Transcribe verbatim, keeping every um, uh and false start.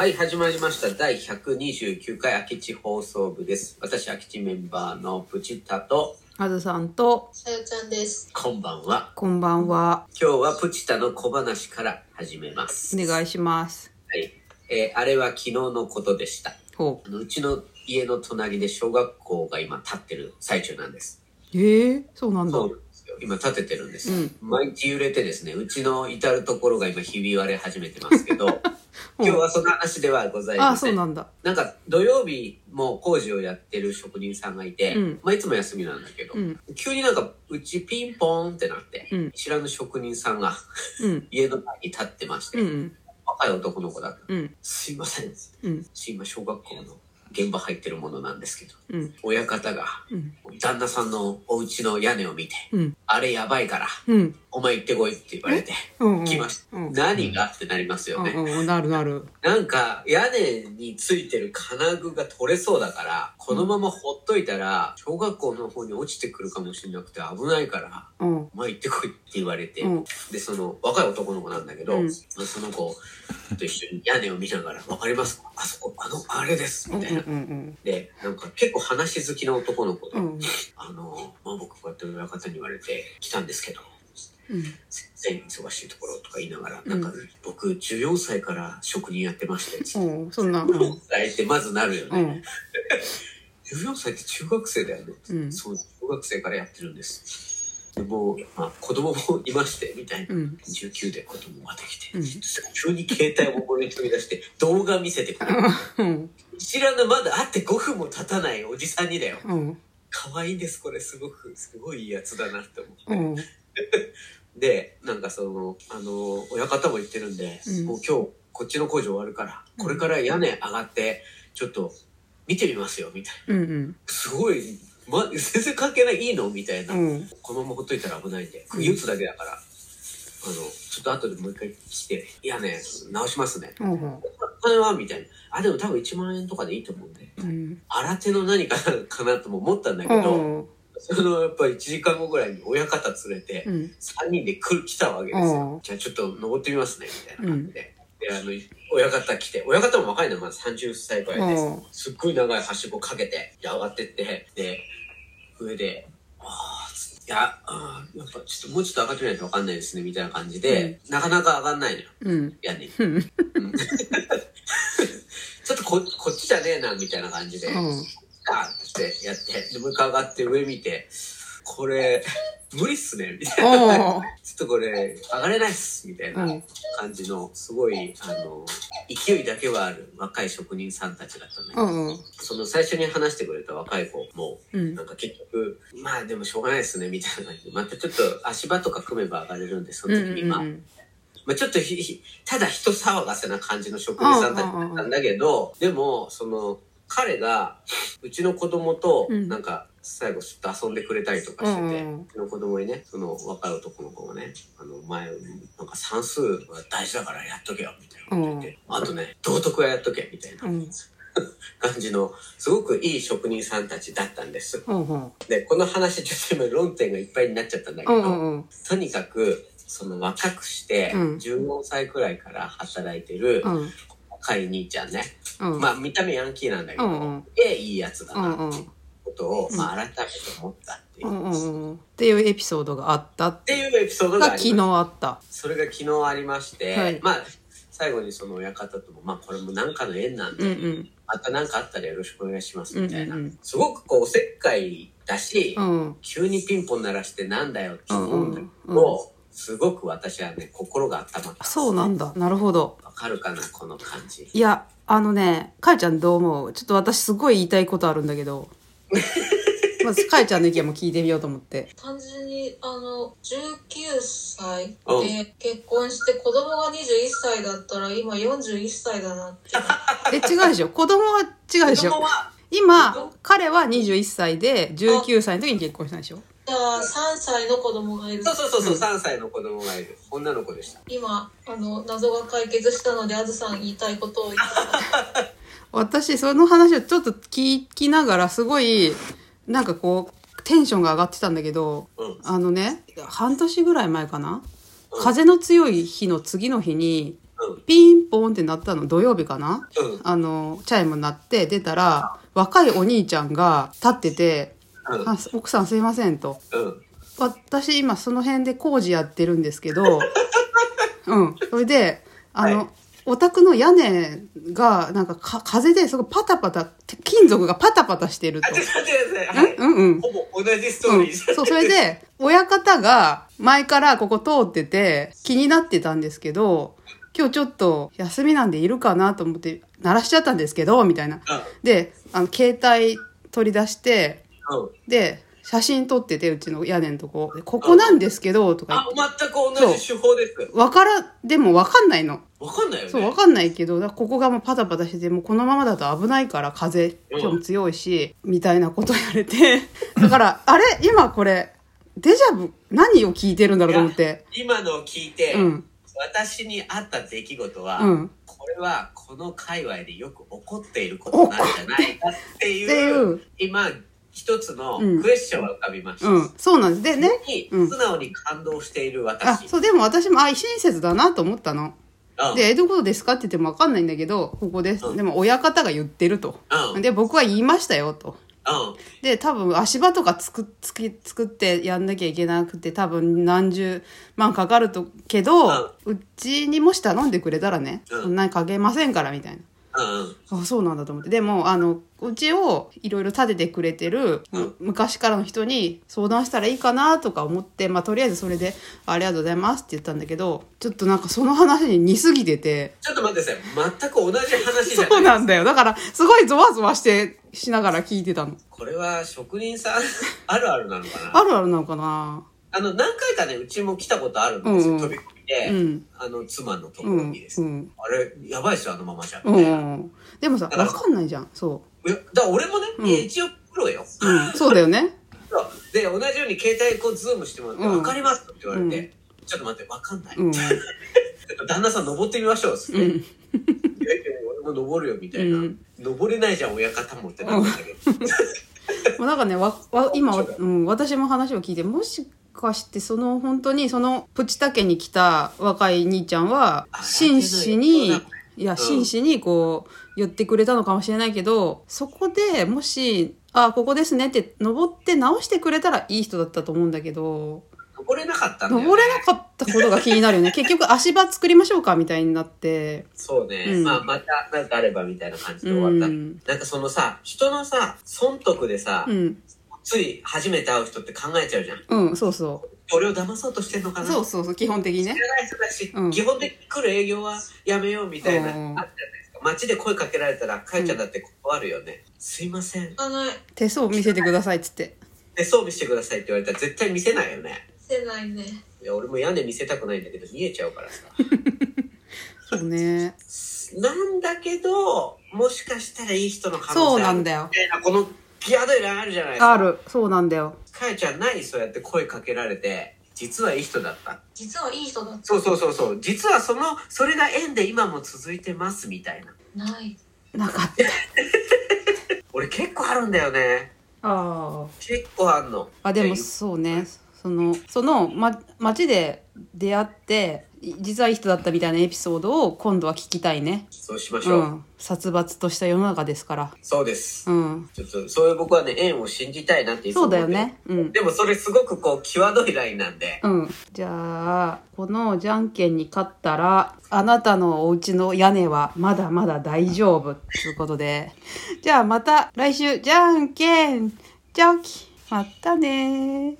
はい、始まりました。だいひゃくにじゅうきゅうかい空き地放送部です。私、空き地メンバーのプチタとあずさんとさよちゃんです。 こんばんは。 こんばんは。 今日はプチタの小話から始めます。 お願いします。 はい、えー、あれは昨日のことでした。 ほう。あのうちの家の隣で小学校が今建ってる最中なんです。 えー、そうなんだ。 そうなんですよ。今建ててるんです。 うん、 毎日揺れてですね、うちの至るところが今ひび割れ始めてますけど今日はその話ではございません。 あ、そうなんだ。 なんか土曜日も工事をやってる職人さんがいて、うん、まあいつも休みなんだけど、うん、急になんかうちピンポーンってなって、うん、知らぬ職人さんが、うん、家の前に立ってまして、うん、若い男の子だった、うん、すいません、うん、今小学校の現場入ってるものなんですけど、うん、親方が、うん、旦那さんのお家の屋根を見て、うん、あれやばいから、うん、お前行ってこいって言われて、うんうん、来ました、うん、何がってなりますよね、 うんうん、なるなる。 なんか屋根についてる金具が取れそうだからこのままほっといたら小学校の方に落ちてくるかもしれなくて危ないから、うん、お前行ってこいって言われて、うん、でその若い男の子なんだけど、うん、その子と一緒に屋根を見ながら分かりますか、あそこあのあれですみたいな、うんうんうん、でなんか結構話好きな男の子で、うん、あの、まあ、僕こうやって親方に言われて来たんですけど、うん、全然忙しいところとか言いながら、うん、なんか僕じゅうよんさいから職人やってまして、 うん、そんな、 じゅうよんさいってまずなるよね、うん、じゅうよんさいって中学生だよね、うん、そう中学生からやってるんです。でもう、まあ、子供もいましてみたいな、うん、じゅうきゅうで子供ができて、うん、急に携帯を僕に取り出して動画見せてくれる、うん、知らぬまだ会ってごふんも経たないおじさんにだよ、うん、可愛いんですこれすごくすごいいいやつだなって思って、うん、でなんかそのあの親方も言ってるんで、うん、もう今日こっちの工事終わるからこれから屋根上がってちょっと見てみますよみたいな、うんうん、すごいま、全然関係ないいいのみたいな、うん、このままほっといたら危ないんで釘打つだけだから、うん、あのちょっと後でもう一回来ていやね直しますね、うん、お金はみたいな、あでも多分いちまんえんとかでいいと思うんで、うん、新手の何かかなとも思ったんだけど、うん、そのやっぱりいちじかんごぐらいに親方連れてさんにんで来る来たわけですよ、うん、じゃあちょっと登ってみますねみたいな感じで、うん、であの親方来て、親方も若いのまださんじゅっさいくらいです、うん、すっごい長いはしごかけて上がってってで上であいやあやっぱちょっともうちょっと上がってみないと分かんないですねみたいな感じで、うん、なかなか上がんないのよ、うん、屋根に、うん、ちょっと こ, こっちじゃねえなみたいな感じで、うん、あってやってでもう一回上がって上見てこれ無理っすねみたいなちょっとこれ上がれないっすみたいな感じのすごいあの勢いだけはある若い職人さんたちだったんだけど、うんうん、その最初に話してくれた若い子も、うん、なんか結局まあでもしょうがないっすねみたいな感じでまたちょっと足場とか組めば上がれるんでその時にまあ、うんうんうんまあ、ちょっとひひただ人騒がせな感じの職人さんたちだったんだけど、でもその彼がうちの子供となんか最後ちょっと遊んでくれたりとかしてて、うん、うちの子供にねその若い男の子がねあの前なんか算数は大事だからやっとけよみたいなこと言って、うん、あとね道徳はやっとけみたいな、うん、感じのすごくいい職人さんたちだったんです、うんうん、でこの話ちょっと今論点がいっぱいになっちゃったんだけど、うんうん、とにかくその若くしてじゅうよんさいくらいから働いてる、うん若い兄ちゃんね、うん、まあ見た目ヤンキーなんだけど、うんうん、えいいやつだなっていうことを、うんまあ、改めて思ったっていう、うんうん、 っていうエピソードがあったっていうエピソードがありました。 昨日あったそれが昨日ありまして、はい、まあ最後にその親方ともまあこれも何かの縁なんで、うんうん、また何かあったらよろしくお願いしますみたいな、うんうん、すごくこうおせっかいだし、うん、急にピンポン鳴らしてなんだよって思うんだけど、うんうんうんすごく私はね心が温まった、ね、 そうなんだなるほどわかるかなこの感じ。 いやあのねかえちゃんどう思うちょっと私すごい言いたいことあるんだけどまずかえちゃんの意見も聞いてみようと思って単純にあのじゅうきゅうさいで結婚して子供がにじゅういっさいだったら今よんじゅういっさいだなってえ違うでしょ子供は違うでしょ今彼はにじゅういっさいでじゅうきゅうさいの時に結婚したんでしょじゃあさんさいの子供がいる。 そうそうそうそう、うん、さんさいの子供がいる女の子でした。 今あの謎が解決したのであずさん言いたいことを言って私その話をちょっと聞きながらすごいなんかこうテンションが上がってたんだけど、うん、あのね半年ぐらい前かな、うん、風の強い日の次の日に、 ピンポーンってなったの土曜日かな、 うん、 あのチャイム鳴って出たら若いお兄ちゃんが立ってて「 うん、 あ奥さんすいません」とうん 「私今その辺で工事やってるんですけど」うん、それであの、はい、お宅の屋根がなんかか風ですごいパタパタ金属がパタパタしてると。 あ、ちょっと待ってください。はい、 うんうん。 ほぼ同じストーリー、 うん、そう、それで親方が前からここ通ってて気になってたんですけど、今日ちょっと休みなんでいるかなと思って鳴らしちゃったんですけどみたいな。うん、で、あの携帯取り出して、うん、で写真撮っててうちの屋根のとこここなんですけどとか言って。あ、全く同じ手法です。 わからでもわかんないの。 わかんないよね。 そう、わかんないけど、だここがもうパタパタしてて、もうこのままだと危ないから風、今日も強いし、うん、みたいなこと言われて。だから、あれ今これ、デジャブ、何を聞いてるんだろうと思って。 今のを聞いて、うん、私にあった出来事は、うん、これはこの界隈でよく起こっていることなんじゃないかっていう、今、一つのクエスチョンが浮かびました。 うんうん、そうなんです。でね。 素直に感動している私。 あ、そう、でも私も、あ、親切だなと思ったの。うん、で、どういうことですかって言っても分かんないんだけど、ここです。うん、でも親方が言ってると。うん、で、僕は言いましたよと。うん、で、多分足場とか作つき作ってやんなきゃいけなくて、多分何十万かかるとけど、うん、うちにもし頼んでくれたらね、うん、そんなにかけませんからみたいな。うん、あ、そうなんだと思って。でも、あの、うちをいろいろ建ててくれてる、うん、昔からの人に相談したらいいかなとか思って、まあ、とりあえずそれで、ありがとうございますって言ったんだけど、ちょっとなんかその話に似すぎてて。 ちょっと待ってください。全く同じ話じゃないですか。 そうなんだよ。だから、すごいゾワゾワして、しながら聞いてたの。 これは職人さんあるあるなのかな。 あるあるなのかな。 あの、何回かね、うちも来たことあるんですよ。うんうん、飛び込みで、うん、あの、妻のところにです、うんうん。あれ、やばいっすよ、あのままじゃ。みたいな。うん、 でもさ、わかんないじゃん。そう。 いや、だから俺もね、うん、一応プロよ。 うん、そうだよね。 そうで、同じように携帯こうズームしてもらって、わ、うん、かりますって言われて、うん、ちょっと待って、わかんない。うん、旦那さん登ってみましょうっつって。うん、いやいや、俺も登るよみたいな。うん、登れないじゃん、親方もってなったんだけど。 もうなんかね、わわ今、うん、私も話を聞いて、もしかしてその本当にそのプチタ家に来た若い兄ちゃんは真摯に、いや、真摯にこう言ってくれたのかもしれないけど、そこでもし、あ、ここですねって登って直してくれたらいい人だったと思うんだけど、 登れなかったんだよね。 登れなかったことが気になるよね。結局足場作りましょうかみたいになって。 そうね。うん、まあまたなんかあればみたいな感じで終わった。うん、なんかそのさ、人のさ、損得でさ、うん、つい初めて会う人って考えちゃうじゃん。 うん、そうそう。 俺を騙そうとしてんのかな。 そうそうそう、基本的にね。 知らない人だし、うん、基本的に来る営業はやめようみたいな、うん、あったじゃないですか。街で声かけられたら、かえちゃんだって断るよね。うん、すいません。 あの、 手相見せてくださいっつって。 手相見せてくださいって言われたら絶対見せないよね。 見せないね。 いや、俺も屋根見せたくないんだけど見えちゃうからさ。 そうね。 なんだけど、もしかしたらいい人の可能性ある。 そうなんだよ。 この際どいラインあるじゃないですか。 ある。そうなんだよ。 かえちゃん何そうやって声かけられて、実はいい人だった。 実はいい人だった。 そうそうそうそう。実はその、それが縁で今も続いてますみたいな。ない。 なかった。 俺結構あるんだよね。 ああ。 結構あんの。 あ、でもそうね。その、その、ま、街で出会って、実はいい人だったみたいなエピソードを今度は聞きたいね。 そうしましょう。うん、 殺伐とした世の中ですから。 そうです。 うん。 ちょっと、そういう僕はね、縁を信じたいなっていつも思って。そうだよね。うん。 でもそれすごくこう、際どいラインなんで。 うん。じゃあ、このじゃんけんに勝ったら、あなたのお家の屋根はまだまだ大丈夫。ということで。じゃあまた来週、じゃんけん、じゃんき。またねー。